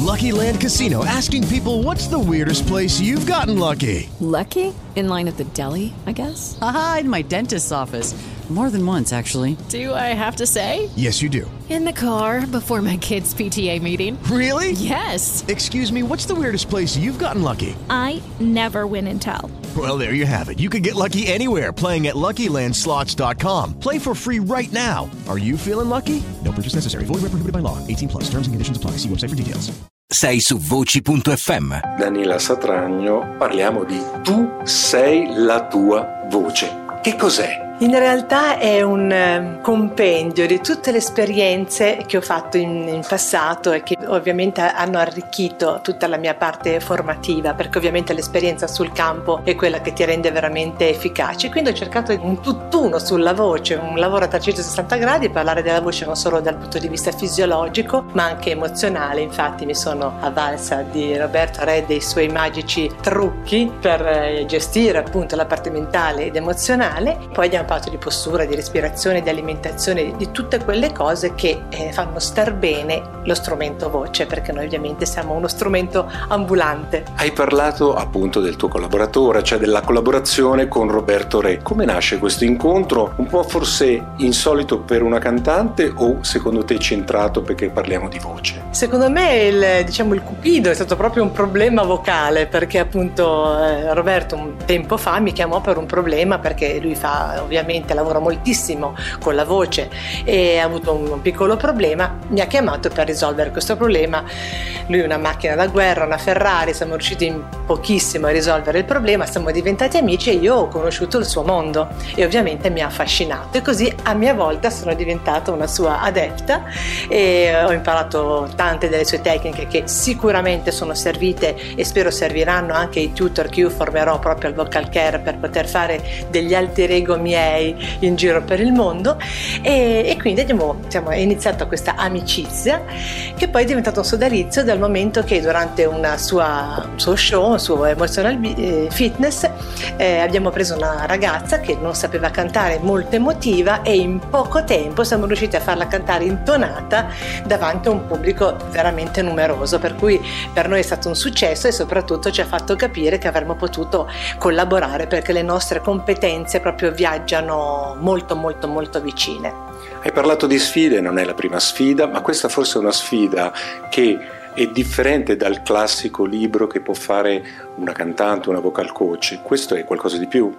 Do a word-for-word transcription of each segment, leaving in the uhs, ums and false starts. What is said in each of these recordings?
Lucky Land Casino, asking people, what's the weirdest place you've gotten lucky? Lucky? In line at the deli, I guess? Aha, in my dentist's office. More than once, actually. Do I have to say? Yes, you do. In the car before my kids' P T A meeting. Really? Yes. Excuse me, what's the weirdest place you've gotten lucky? I never win and tell. Well, there you have it. You can get lucky anywhere, playing at Lucky Land Slots dot com. Play for free right now. Are you feeling lucky? No purchase necessary. Void where prohibited by law. eighteen plus. Terms and conditions apply. See website for details. Sei su voci punto effe emme. Daniela Satragno, parliamo di Tu sei la tua voce. Che cos'è? In realtà è un eh, compendio di tutte le esperienze che ho fatto in, in passato e che ovviamente hanno arricchito tutta la mia parte formativa, perché ovviamente l'esperienza sul campo è quella che ti rende veramente efficace. Quindi ho cercato un tutt'uno sulla voce, un lavoro a trecentosessanta gradi, parlare della voce non solo dal punto di vista fisiologico ma anche emozionale. Infatti mi sono avvalsa di Roberto Re dei suoi magici trucchi per eh, gestire appunto la parte mentale ed emozionale. Poi abbiamo parlato di postura, di respirazione, di alimentazione, di tutte quelle cose che eh, fanno star bene lo strumento voce, perché noi ovviamente siamo uno strumento ambulante. Hai parlato appunto del tuo collaboratore, cioè della collaborazione con Roberto Re. Come nasce questo incontro? Un po' forse insolito per una cantante o secondo te centrato perché parliamo di voce? Secondo me il, diciamo, il cupido è stato proprio un problema vocale, perché appunto eh, Roberto un tempo fa mi chiamò per un problema, perché lui fa ovviamente lavora moltissimo con la voce e ha avuto un piccolo problema. Mi ha chiamato per risolvere questo problema. Lui è una macchina da guerra, una Ferrari, siamo riusciti in pochissimo a risolvere il problema, siamo diventati amici e io ho conosciuto il suo mondo e ovviamente mi ha affascinato, e così a mia volta sono diventata una sua adepta e ho imparato tante delle sue tecniche che sicuramente sono servite e spero serviranno anche ai tutor che io formerò proprio al Vocal Care per poter fare degli alter ego miei in giro per il mondo, e, e quindi abbiamo, diciamo, è iniziata questa amicizia che poi è diventato un sodalizio, dal momento che durante una sua, un suo show, un suo emotional fitness, eh, abbiamo preso una ragazza che non sapeva cantare, molto emotiva, e in poco tempo siamo riusciti a farla cantare intonata davanti a un pubblico veramente numeroso, per cui per noi è stato un successo e soprattutto ci ha fatto capire che avremmo potuto collaborare, perché le nostre competenze proprio viaggiano molto molto molto vicine. Hai parlato di sfide, non è la prima sfida, ma questa forse è una sfida che è differente dal classico libro che può fare una cantante, una vocal coach. Questo è qualcosa di più?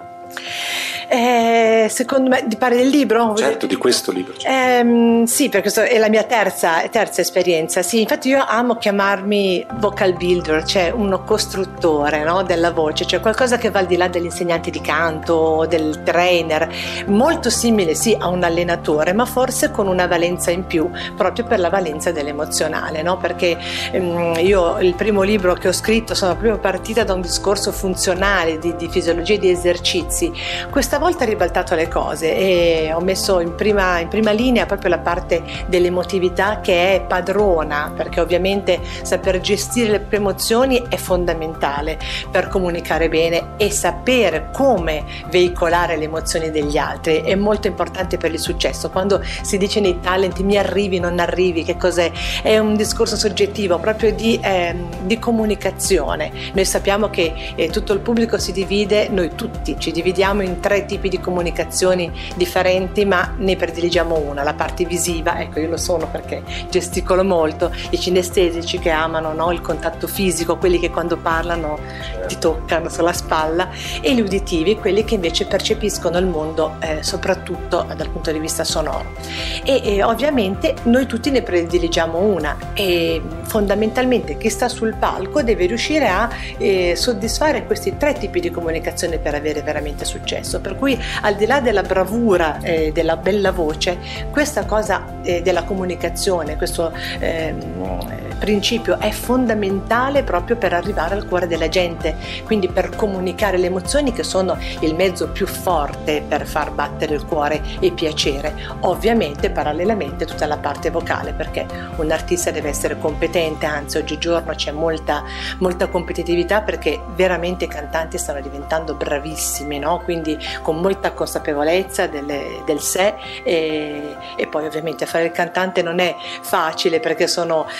Eh, secondo me, di parlare del libro? Certo, di questo libro. Eh, sì, perché questa è la mia terza, terza esperienza. Sì, infatti io amo chiamarmi vocal builder, cioè uno costruttore, no, della voce, cioè qualcosa che va al di là dell'insegnante di canto, del trainer, molto simile sì a un allenatore, ma forse con una valenza in più, proprio per la valenza dell'emozionale, no? Perché ehm, io il primo libro che ho scritto sono proprio partita da un discorso funzionale di, di fisiologia e di esercizi. Questa volta ho ribaltato le cose e ho messo in prima, in prima linea proprio la parte dell'emotività, che è padrona, perché ovviamente saper gestire le proprie emozioni è fondamentale per comunicare bene e sapere come veicolare le emozioni degli altri è molto importante per il successo. Quando si dice nei talent mi arrivi, non arrivi, che cos'è? È un discorso soggettivo proprio di, eh, di comunicazione. Noi sappiamo che eh, tutto il pubblico si divide, noi tutti ci dividiamo in tre tipi di comunicazioni differenti, ma ne prediligiamo una, la parte visiva. Ecco, io lo sono perché gesticolo molto. I cinestesici che amano, no, il contatto fisico, quelli che quando parlano ti toccano sulla spalla, e gli uditivi, quelli che invece percepiscono il mondo eh, soprattutto dal punto di vista sonoro. E, e ovviamente noi tutti ne prediligiamo una, e fondamentalmente chi sta sul palco deve riuscire a eh, soddisfare questi tre tipi di comunicazione per avere veramente successo. Per cui al di là della bravura, eh, della bella voce, questa cosa eh, della comunicazione, questo eh, principio è fondamentale proprio per arrivare al cuore della gente, quindi per comunicare le emozioni, che sono il mezzo più forte per far battere il cuore e piacere. Ovviamente parallelamente tutta la parte vocale, perché un artista deve essere competente, anzi oggigiorno c'è molta, molta competitività, perché veramente i cantanti stanno diventando bravissimi, no? Quindi con molta consapevolezza delle, del sé, e, e poi ovviamente fare il cantante non è facile, perché sono eh,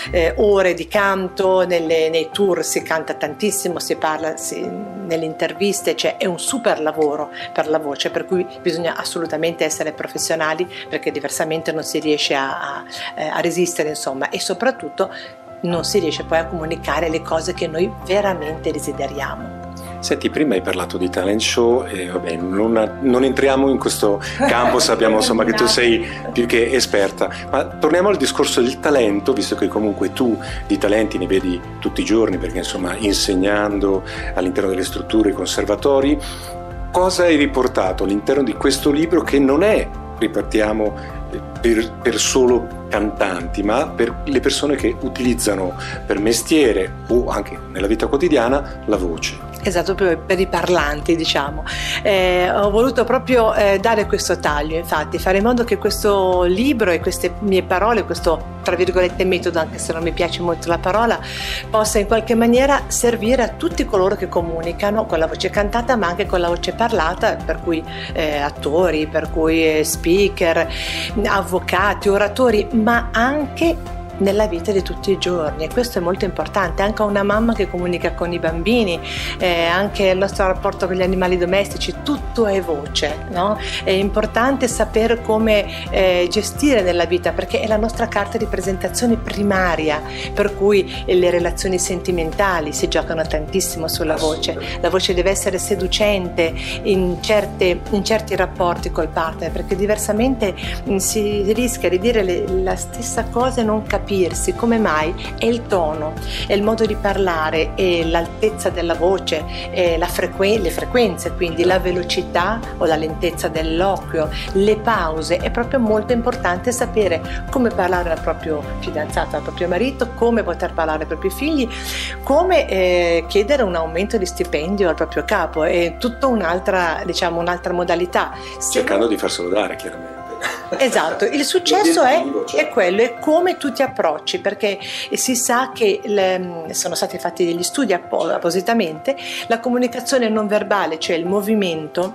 ore di canto, nelle, nei tour si canta tantissimo, si parla si, nelle interviste, cioè è un super lavoro per la voce, per cui bisogna assolutamente essere professionali, perché diversamente non si riesce a, a, a resistere, insomma, e soprattutto non si riesce poi a comunicare le cose che noi veramente desideriamo. Senti, prima hai parlato di talent show e vabbè, non, non entriamo in questo campo, sappiamo insomma che tu sei più che esperta, ma torniamo al discorso del talento, visto che comunque tu di talenti ne vedi tutti i giorni, perché insomma insegnando all'interno delle strutture, i conservatori, cosa hai riportato all'interno di questo libro che non è, ripartiamo, per, per solo cantanti, ma per le persone che utilizzano per mestiere o anche nella vita quotidiana la voce? Esatto, per, per i parlanti, diciamo. Eh, ho voluto proprio eh, dare questo taglio, infatti, fare in modo che questo libro e queste mie parole, questo tra virgolette metodo, anche se non mi piace molto la parola, possa in qualche maniera servire a tutti coloro che comunicano con la voce cantata, ma anche con la voce parlata, per cui eh, attori, per cui eh, speaker, avvocati, oratori, ma anche nella vita di tutti i giorni, e questo è molto importante, anche a una mamma che comunica con i bambini, eh, anche il nostro rapporto con gli animali domestici, tutto è voce, no? È importante sapere come eh, gestire nella vita, perché è la nostra carta di presentazione primaria, per cui le relazioni sentimentali si giocano tantissimo sulla voce. La voce deve essere seducente in, certe, in certi rapporti col partner, perché diversamente mh, si rischia di dire le, la stessa cosa e non capire capirsi. Come mai? È il tono, è il modo di parlare, è l'altezza della voce, è la frequen- le frequenze, quindi la velocità o la lentezza dell'occhio, le pause. È proprio molto importante sapere come parlare al proprio fidanzato, al proprio marito, come poter parlare ai propri figli, come eh, chiedere un aumento di stipendio al proprio capo. È tutta un'altra, diciamo, un'altra modalità. Cercando di farselo dare, chiaramente. Esatto, il successo è, è quello, è come tu ti approcci, perché si sa che le, sono stati fatti degli studi appositamente, la comunicazione non verbale, cioè il movimento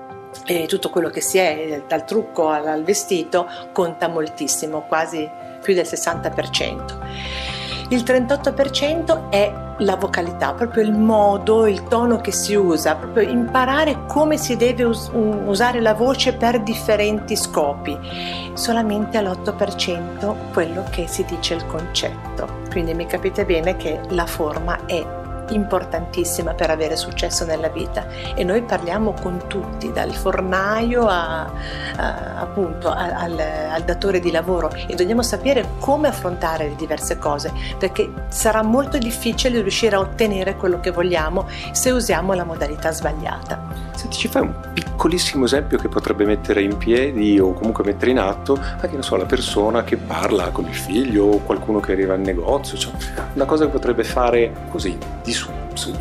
e tutto quello che si è, dal trucco al, al vestito, conta moltissimo, quasi più del sessanta per cento. Il trentotto per cento è la vocalità, proprio il modo, il tono che si usa, proprio imparare come si deve us- usare la voce per differenti scopi. Solamente all'otto per cento quello che si dice il concetto. Quindi mi capite bene che la forma è importantissima per avere successo nella vita, e noi parliamo con tutti, dal fornaio a, a, appunto a, al, al datore di lavoro, e dobbiamo sapere come affrontare le diverse cose, perché sarà molto difficile riuscire a ottenere quello che vogliamo se usiamo la modalità sbagliata. Senti, ci fai un piccolissimo esempio che potrebbe mettere in piedi o comunque mettere in atto anche, non so, la persona che parla con il figlio o qualcuno che arriva al negozio, cioè una cosa che potrebbe fare così di su, su.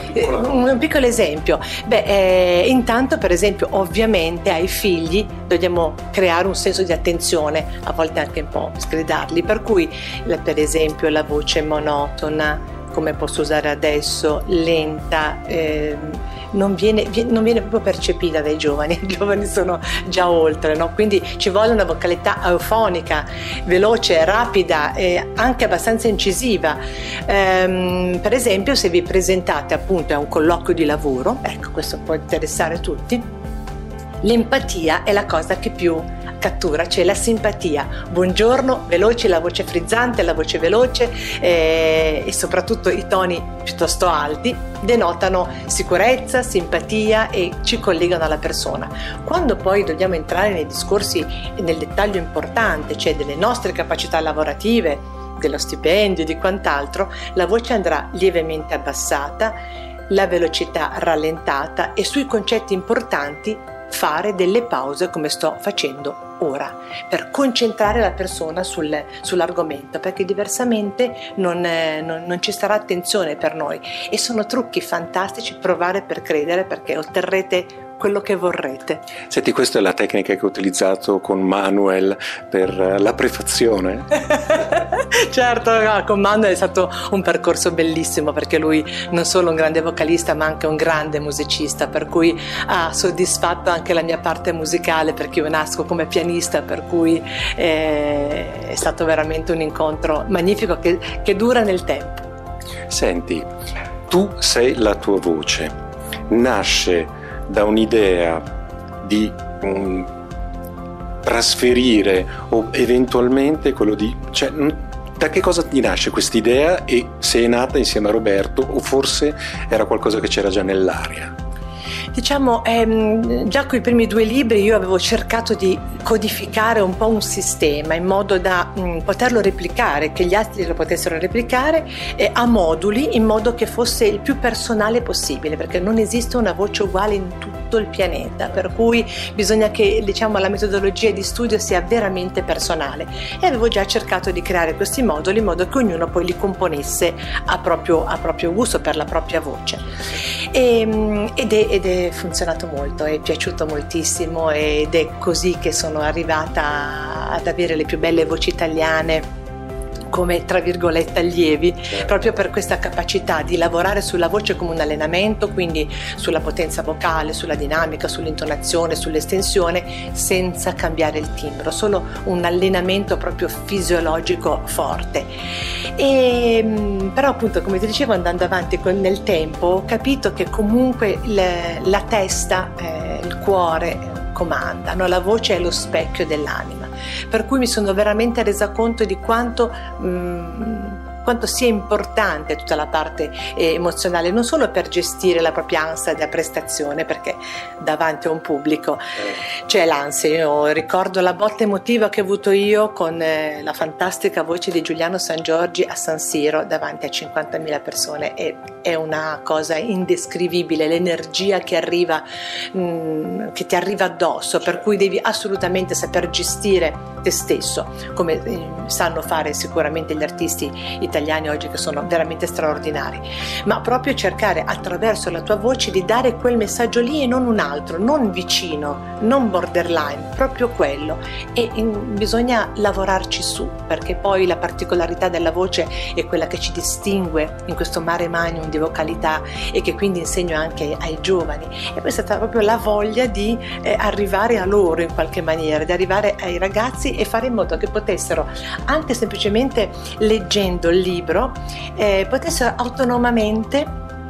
Un piccolo esempio. Beh, eh, intanto, per esempio, ovviamente ai figli dobbiamo creare un senso di attenzione, a volte anche un po' sgridarli, per cui per esempio la voce monotona, come posso usare adesso, lenta, eh, non viene, non viene proprio percepita dai giovani. I giovani sono già oltre, no? Quindi ci vuole una vocalità eufonica, veloce, rapida e anche abbastanza incisiva. Ehm, per esempio, se vi presentate appunto a un colloquio di lavoro, ecco, questo può interessare tutti, l'empatia è la cosa che più cattura, cioè la simpatia. Buongiorno, veloce, la voce frizzante, la voce veloce eh, e soprattutto i toni piuttosto alti denotano sicurezza, simpatia e ci collegano alla persona. Quando poi dobbiamo entrare nei discorsi e nel dettaglio importante, cioè delle nostre capacità lavorative, dello stipendio e di quant'altro, la voce andrà lievemente abbassata, la velocità rallentata, e sui concetti importanti fare delle pause, come sto facendo ora, per concentrare la persona sul, sull'argomento, perché diversamente non, eh, non, non ci sarà attenzione per noi. E sono trucchi fantastici, provare per credere, perché otterrete quello che vorrete. Senti, questa è la tecnica che ho utilizzato con Manuel per la prefazione? Certo, no, con Mando è stato un percorso bellissimo, perché lui non solo un grande vocalista ma anche un grande musicista, per cui ha soddisfatto anche la mia parte musicale, perché io nasco come pianista, per cui eh, è stato veramente un incontro magnifico che, che dura nel tempo. Senti, tu sei la tua voce, nasce da un'idea di um, trasferire o eventualmente quello di... Cioè, da che cosa ti nasce quest'idea, e se è nata insieme a Roberto o forse era qualcosa che c'era già nell'aria? Diciamo, ehm, già con i primi due libri io avevo cercato di codificare un po' un sistema in modo da mh, poterlo replicare, che gli altri lo potessero replicare eh, a moduli, in modo che fosse il più personale possibile, perché non esiste una voce uguale in tutto il pianeta, per cui bisogna che, diciamo, la metodologia di studio sia veramente personale, e avevo già cercato di creare questi moduli in modo che ognuno poi li componesse a proprio, a proprio gusto, per la propria voce. E, ed, è, ed è funzionato molto, è piaciuto moltissimo, ed è così che sono arrivata ad avere le più belle voci italiane come, tra virgolette, allievi, proprio per questa capacità di lavorare sulla voce come un allenamento, quindi sulla potenza vocale, sulla dinamica, sull'intonazione, sull'estensione, senza cambiare il timbro, solo un allenamento proprio fisiologico forte. E, però appunto, come ti dicevo, andando avanti con, nel tempo, ho capito che comunque le, la testa, eh, il cuore comandano, la voce è lo specchio dell'anima, per cui mi sono veramente resa conto di quanto mh, quanto sia importante tutta la parte eh, emozionale, non solo per gestire la propria ansia da prestazione, perché davanti a un pubblico c'è l'ansia. Io ricordo la botta emotiva che ho avuto io con eh, la fantastica voce di Giuliano Sangiorgi a San Siro davanti a cinquantamila persone, e è una cosa indescrivibile l'energia che arriva mh, che ti arriva addosso, per cui devi assolutamente saper gestire te stesso, come eh, sanno fare sicuramente gli artisti italiani oggi, che sono veramente straordinari, ma proprio cercare attraverso la tua voce di dare quel messaggio lì e non un altro, non vicino, non borderline, proprio quello. E in, bisogna lavorarci su, perché poi la particolarità della voce è quella che ci distingue in questo mare magnum di vocalità, e che quindi insegno anche ai giovani, e questa è stata proprio la voglia di eh, arrivare a loro in qualche maniera, di arrivare ai ragazzi e fare in modo che potessero, anche semplicemente leggendo il libro, eh, potessero autonomamente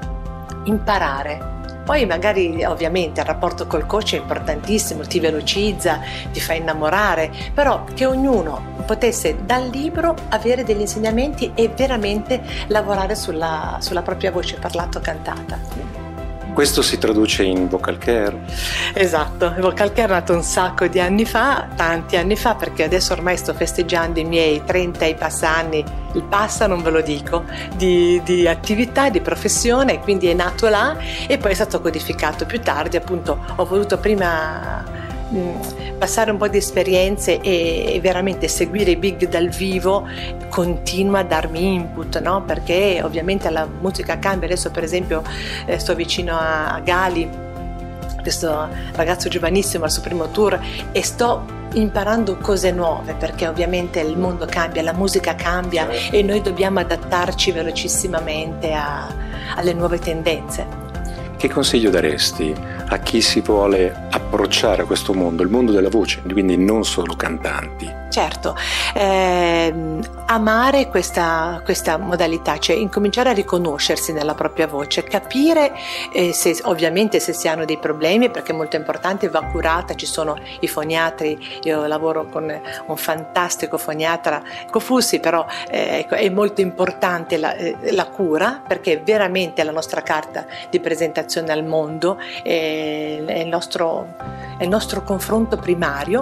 imparare. Poi magari ovviamente il rapporto col coach è importantissimo, ti velocizza, ti fa innamorare, però che ognuno potesse dal libro avere degli insegnamenti e veramente lavorare sulla, sulla propria voce parlata o cantata. Questo si traduce in Vocal Care? Esatto, il Vocal Care è nato un sacco di anni fa, tanti anni fa, perché adesso ormai sto festeggiando i miei trenta e passa anni, il passa non ve lo dico, di, di attività, di professione, quindi è nato là e poi è stato codificato più tardi. Appunto ho voluto prima mh, passare un po' di esperienze e, e veramente seguire i big dal vivo continua a darmi input, no? Perché ovviamente la musica cambia. Adesso per esempio eh, sto vicino a, a Gali, questo ragazzo giovanissimo al suo primo tour, e sto imparando cose nuove, perché ovviamente il mondo cambia, la musica cambia e noi dobbiamo adattarci velocissimamente a, alle nuove tendenze. Che consiglio daresti a chi si vuole approcciare a questo mondo, il mondo della voce, quindi non solo cantanti? Certo, eh, amare questa, questa modalità, cioè incominciare a riconoscersi nella propria voce, capire eh, se, ovviamente se si hanno dei problemi, perché è molto importante, va curata, ci sono i foniatri, io lavoro con un fantastico foniatra, Cofussi, però eh, è molto importante la, eh, la cura, perché veramente la nostra carta di presentazione al mondo è, è, il, nostro, è il nostro confronto primario,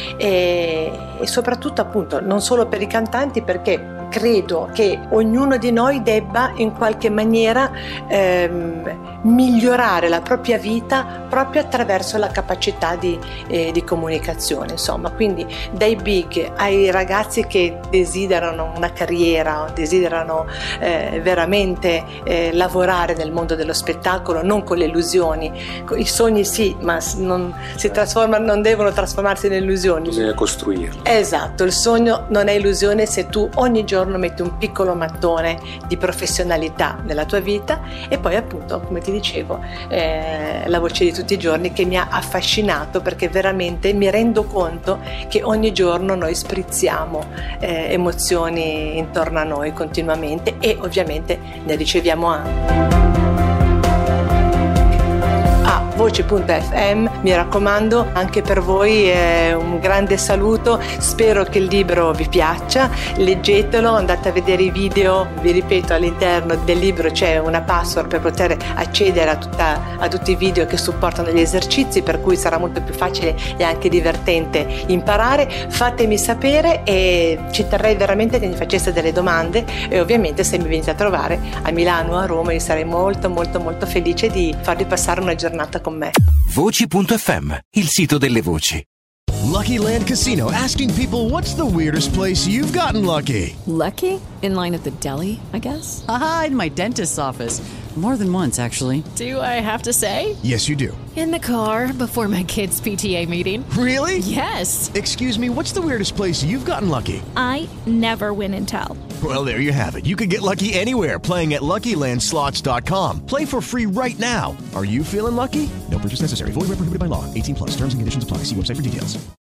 e, e soprattutto appunto non solo per i cantanti, perché credo che ognuno di noi debba in qualche maniera ehm, migliorare la propria vita proprio attraverso la capacità di, eh, di comunicazione, insomma. Quindi dai big ai ragazzi che desiderano una carriera, desiderano eh, veramente eh, lavorare nel mondo dello spettacolo, non con le illusioni. I sogni sì, ma non si trasformano, non devono trasformarsi in illusioni. Bisogna costruirli. Esatto, il sogno non è illusione se tu ogni giorno giorno metti un piccolo mattone di professionalità nella tua vita. E poi appunto, come ti dicevo, eh, la voce di tutti i giorni, che mi ha affascinato, perché veramente mi rendo conto che ogni giorno noi sprizziamo eh, emozioni intorno a noi continuamente, e ovviamente ne riceviamo anche. Voci punto effe emme, mi raccomando, anche per voi è un grande saluto, spero che il libro vi piaccia, leggetelo, andate a vedere i video, vi ripeto, all'interno del libro c'è una password per poter accedere a, tutta, a tutti i video che supportano gli esercizi, per cui sarà molto più facile e anche divertente imparare. Fatemi sapere, e ci terrei veramente che mi faceste delle domande, e ovviamente se mi venite a trovare a Milano o a Roma io sarei molto molto molto felice di farvi passare una giornata con me. Voci punto effe emme, il sito delle voci. Lucky Land Casino, asking people, what's the weirdest place you've gotten lucky? Lucky? In line at the deli, I guess? Aha, in my dentist's office. More than once, actually. Do I have to say? Yes, you do. In the car before my kids' P T A meeting. Really? Yes. Excuse me, what's the weirdest place you've gotten lucky? I never win and tell. Well, there you have it. You can get lucky anywhere, playing at Lucky Land Slots dot com. Play for free right now. Are you feeling lucky? No purchase necessary. Void where prohibited by law. eighteen plus. Terms and conditions apply. See website for details.